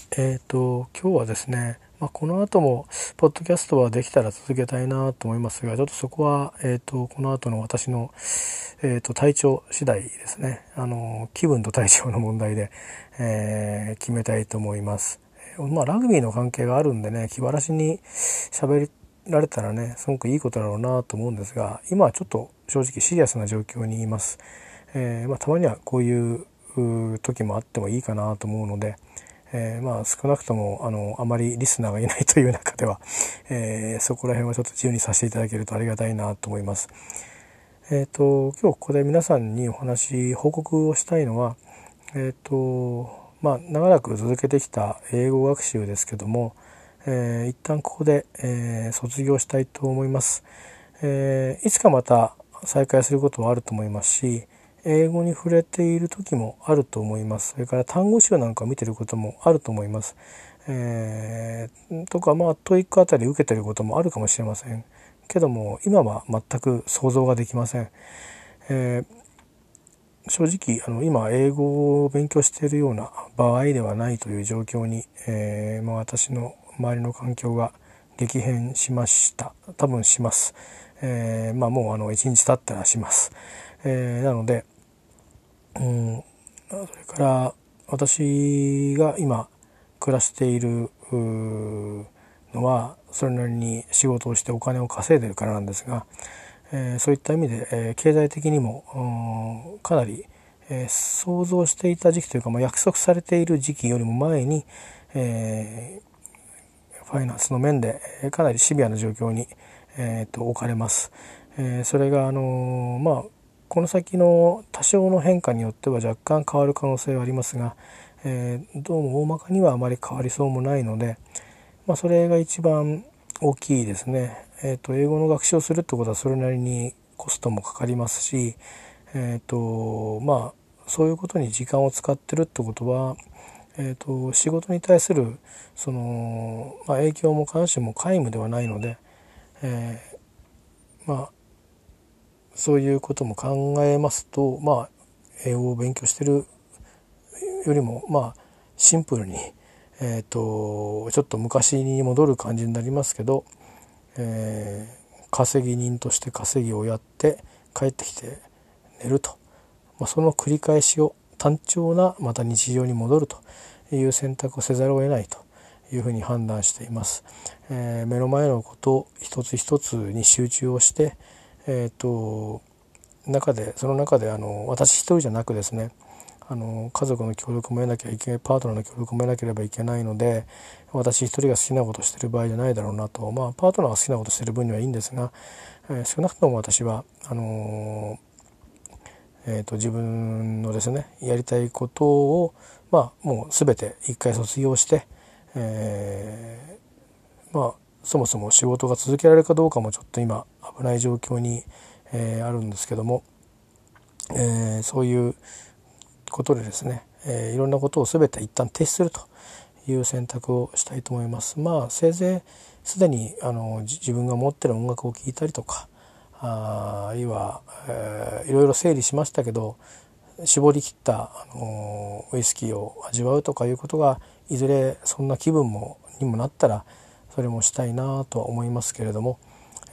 今日はですね、この後もポッドキャストはできたら続けたいなと思いますが、ちょっとそこは、この後の私の、体調次第ですね。気分と体調の問題で、決めたいと思います。ラグビーの関係があるんでね、気晴らしに喋られたらね、すごくいいことだろうなと思うんですが、今はちょっと正直シリアスな状況にいます。たまにはこういう時もあってもいいかなと思うので、少なくともあまりリスナーがいないという中では、そこら辺はちょっと自由にさせていただけるとありがたいなと思います。今日ここで皆さんに報告をしたいのは、長らく続けてきた英語学習ですけども、一旦ここで、卒業したいと思います。いつかまた再開することはあると思いますし、英語に触れている時もあると思います。それから単語集なんかを見ていることもあると思います。とかトイックあたり受けていることもあるかもしれませんけども、今は全く想像ができません。正直今英語を勉強しているような場合ではないという状況に、私の周りの環境が激変しました。多分します。もう1日経ったらします。なので、それから私が今暮らしているのはそれなりに仕事をしてお金を稼いでいるからなんですが、そういった意味で、経済的にもかなり、想像していた時期というか、約束されている時期よりも前に、ファイナンスの面でかなりシビアな状況に、置かれます。それがこの先の多少の変化によっては若干変わる可能性はありますが、どうも大まかにはあまり変わりそうもないので、それが一番大きいですね。英語の学習をするってことはそれなりにコストもかかりますし、そういうことに時間を使ってるってことは、仕事に対する影響も必ずしも皆無ではないので、そういうことも考えますと、英語を勉強してるよりもシンプルに、ちょっと昔に戻る感じになりますけど、稼ぎ人として稼ぎをやって帰ってきて寝ると、その繰り返しを単調なまた日常に戻るという選択をせざるを得ないというふうに判断しています。目の前のこと一つ一つに集中をして、その中で私一人じゃなくですね、家族の協力も得なきゃいけない、パートナーの協力も得なければいけないので、私一人が好きなことをしている場合じゃないだろうなと。パートナーが好きなことをしている分にはいいんですが、少なくとも私は自分のですねやりたいことをもう全て一回卒業して、そもそも仕事が続けられるかどうかもちょっと今危ない状況に、あるんですけども、そういうことでですね、いろんなことを全て一旦停止するという選択をしたいと思います。せいぜいすでに自分が持っている音楽を聴いたりとか、あるいは、いろいろ整理しましたけど絞り切ったウイスキーを味わうとかいうことがいずれそんな気分にもなったらそれもしたいなとは思いますけれども、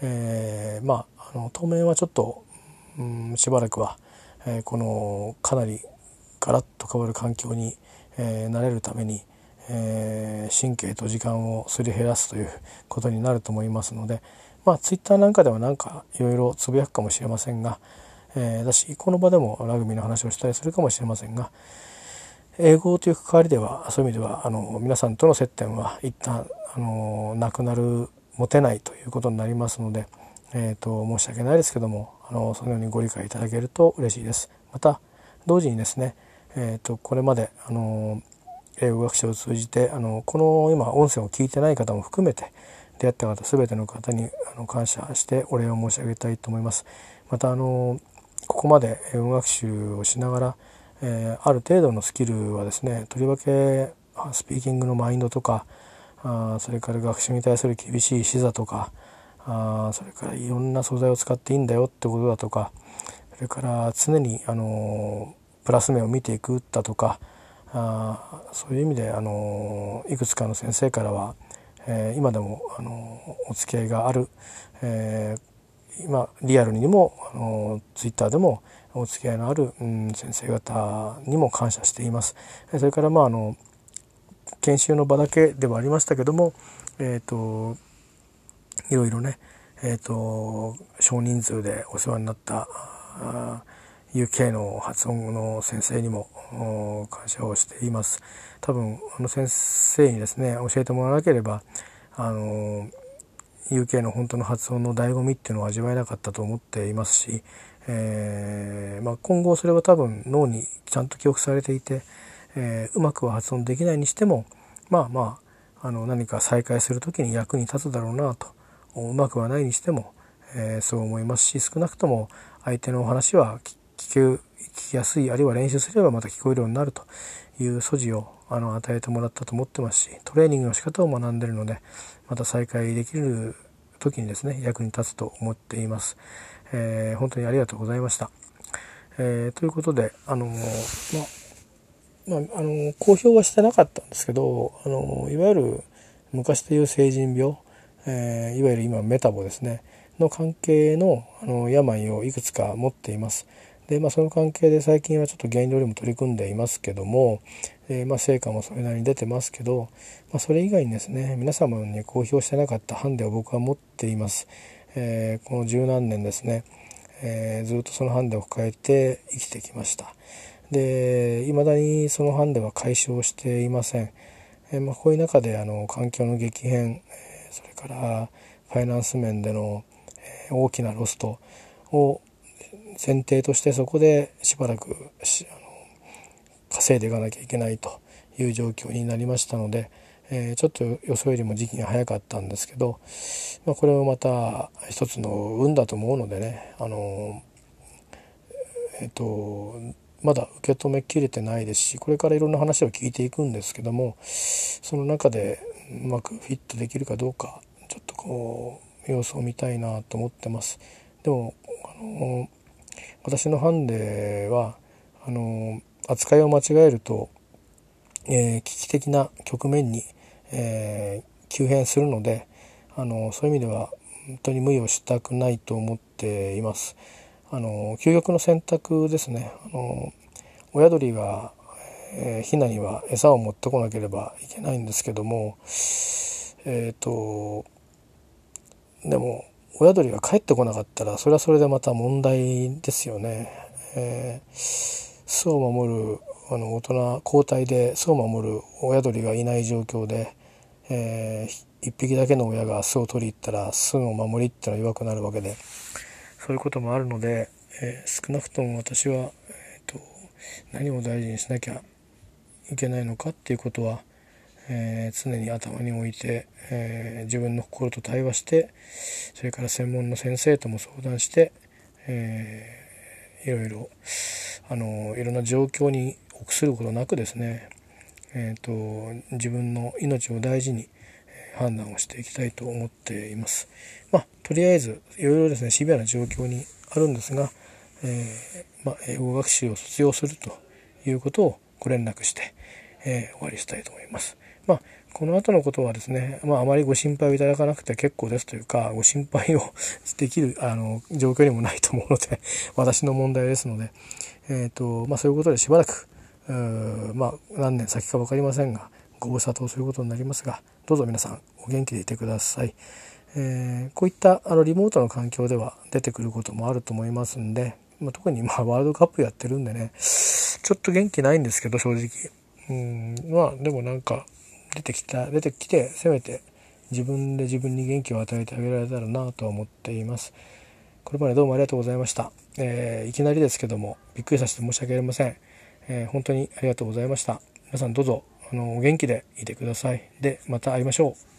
当面はちょっと、しばらくは、このかなりガラッと変わる環境に、慣れるために、神経と時間をすり減らすということになると思いますので、ツイッターなんかではなんかいろいろつぶやくかもしれませんが、私この場でもラグビーの話をしたりするかもしれませんが、英語という関わりではそういう意味では皆さんとの接点は一旦なくなる、持てないということになりますので、申し訳ないですけどもそのようにご理解いただけると嬉しいです。また同時にですね、これまで英語学習を通じてこの今音声を聞いてない方も含めて出会った方全ての方に感謝してお礼を申し上げたいと思います。またここまで英語学習をしながら、ある程度のスキルはですね、とりわけスピーキングのマインドとかそれから学習に対する厳しい視座とかそれからいろんな素材を使っていいんだよってことだとか、それから常にプラス面を見ていくだとか、 そういう意味でいくつかの先生からは、今でもお付き合いがある、今リアルにもツイッターでもお付き合いのある、先生方にも感謝しています。それから研修の場だけではありましたけども、いろいろね、少人数でお世話になったUK の発音の先生にも感謝をしています。多分先生にですね教えてもらわなければUK の本当の発音の醍醐味っていうのを味わえなかったと思っていますし、今後それは多分脳にちゃんと記憶されていて、うまくは発音できないにしても何か再会する時に役に立つだろうなと、うまくはないにしても、そう思いますし、少なくとも相手のお話は聞きやすい、あるいは練習すればまた聞こえるようになるという素地を与えてもらったと思ってますし、トレーニングの仕方を学んでいるので、また再会できる時にですね役に立つと思っています。本当にありがとうございました。ということで公表はしてなかったんですけど、いわゆる昔でいう成人病、いわゆる今メタボですねの関係の病をいくつか持っています。で、その関係で最近はちょっと減量にも取り組んでいますけども、成果もそれなりに出てますけど、それ以外にですね皆様に公表してなかったハンデを僕は持っています。この十何年ですね、ずっとそのハンデを抱えて生きてきました。で、未だにそのハンデは解消していません。こういう中で環境の激変、それからファイナンス面での大きなロストを前提として、そこでしばらく稼いでいかなきゃいけないという状況になりましたので、ちょっと予想よりも時期が早かったんですけど、これをまた一つの運だと思うのでね、まだ受け止めきれてないですし、これからいろんな話を聞いていくんですけども、その中でうまくフィットできるかどうか、ちょっと様子を見たいなと思ってます。でも私のハンデは扱いを間違えると、危機的な局面に、急変するので、そういう意味では本当に無理をしたくないと思っています。究極の選択ですね。親鳥が、ヒナには餌を持ってこなければいけないんですけども、でも親鳥が帰ってこなかったらそれはそれでまた問題ですよね。巣を守る大人交代で巣を守る親鳥がいない状況で、一匹だけの親が巣を取り入ったら巣の守りっていうのは弱くなるわけで、そういうこともあるので、少なくとも私は、何を大事にしなきゃいけないのかっていうことは、常に頭に置いて、自分の心と対話して、それから専門の先生とも相談して、いろいろな状況に臆することなくですね、自分の命を大事に判断をしていきたいと思っています。とりあえずいろいろですねシビアな状況にあるんですが、英語学習を卒業するということをご連絡して、終わりしたいと思います。この後のことはですね、あまりご心配をいただかなくて結構ですというか、ご心配をできる状況にもないと思うので私の問題ですので、そういうことでしばらく何年先か分かりませんがご無沙汰をすることになりますが、どうぞ皆さんお元気でいてください。こういったリモートの環境では出てくることもあると思いますんで、特にワールドカップやってるんでね、ちょっと元気ないんですけど正直、でもなんか出てきてせめて自分で自分に元気を与えてあげられたらなと思っています。これまでどうもありがとうございました。いきなりですけどもびっくりさせて申し訳ありません。本当にありがとうございました。皆さんどうぞお元気でいてください。でまた会いましょう。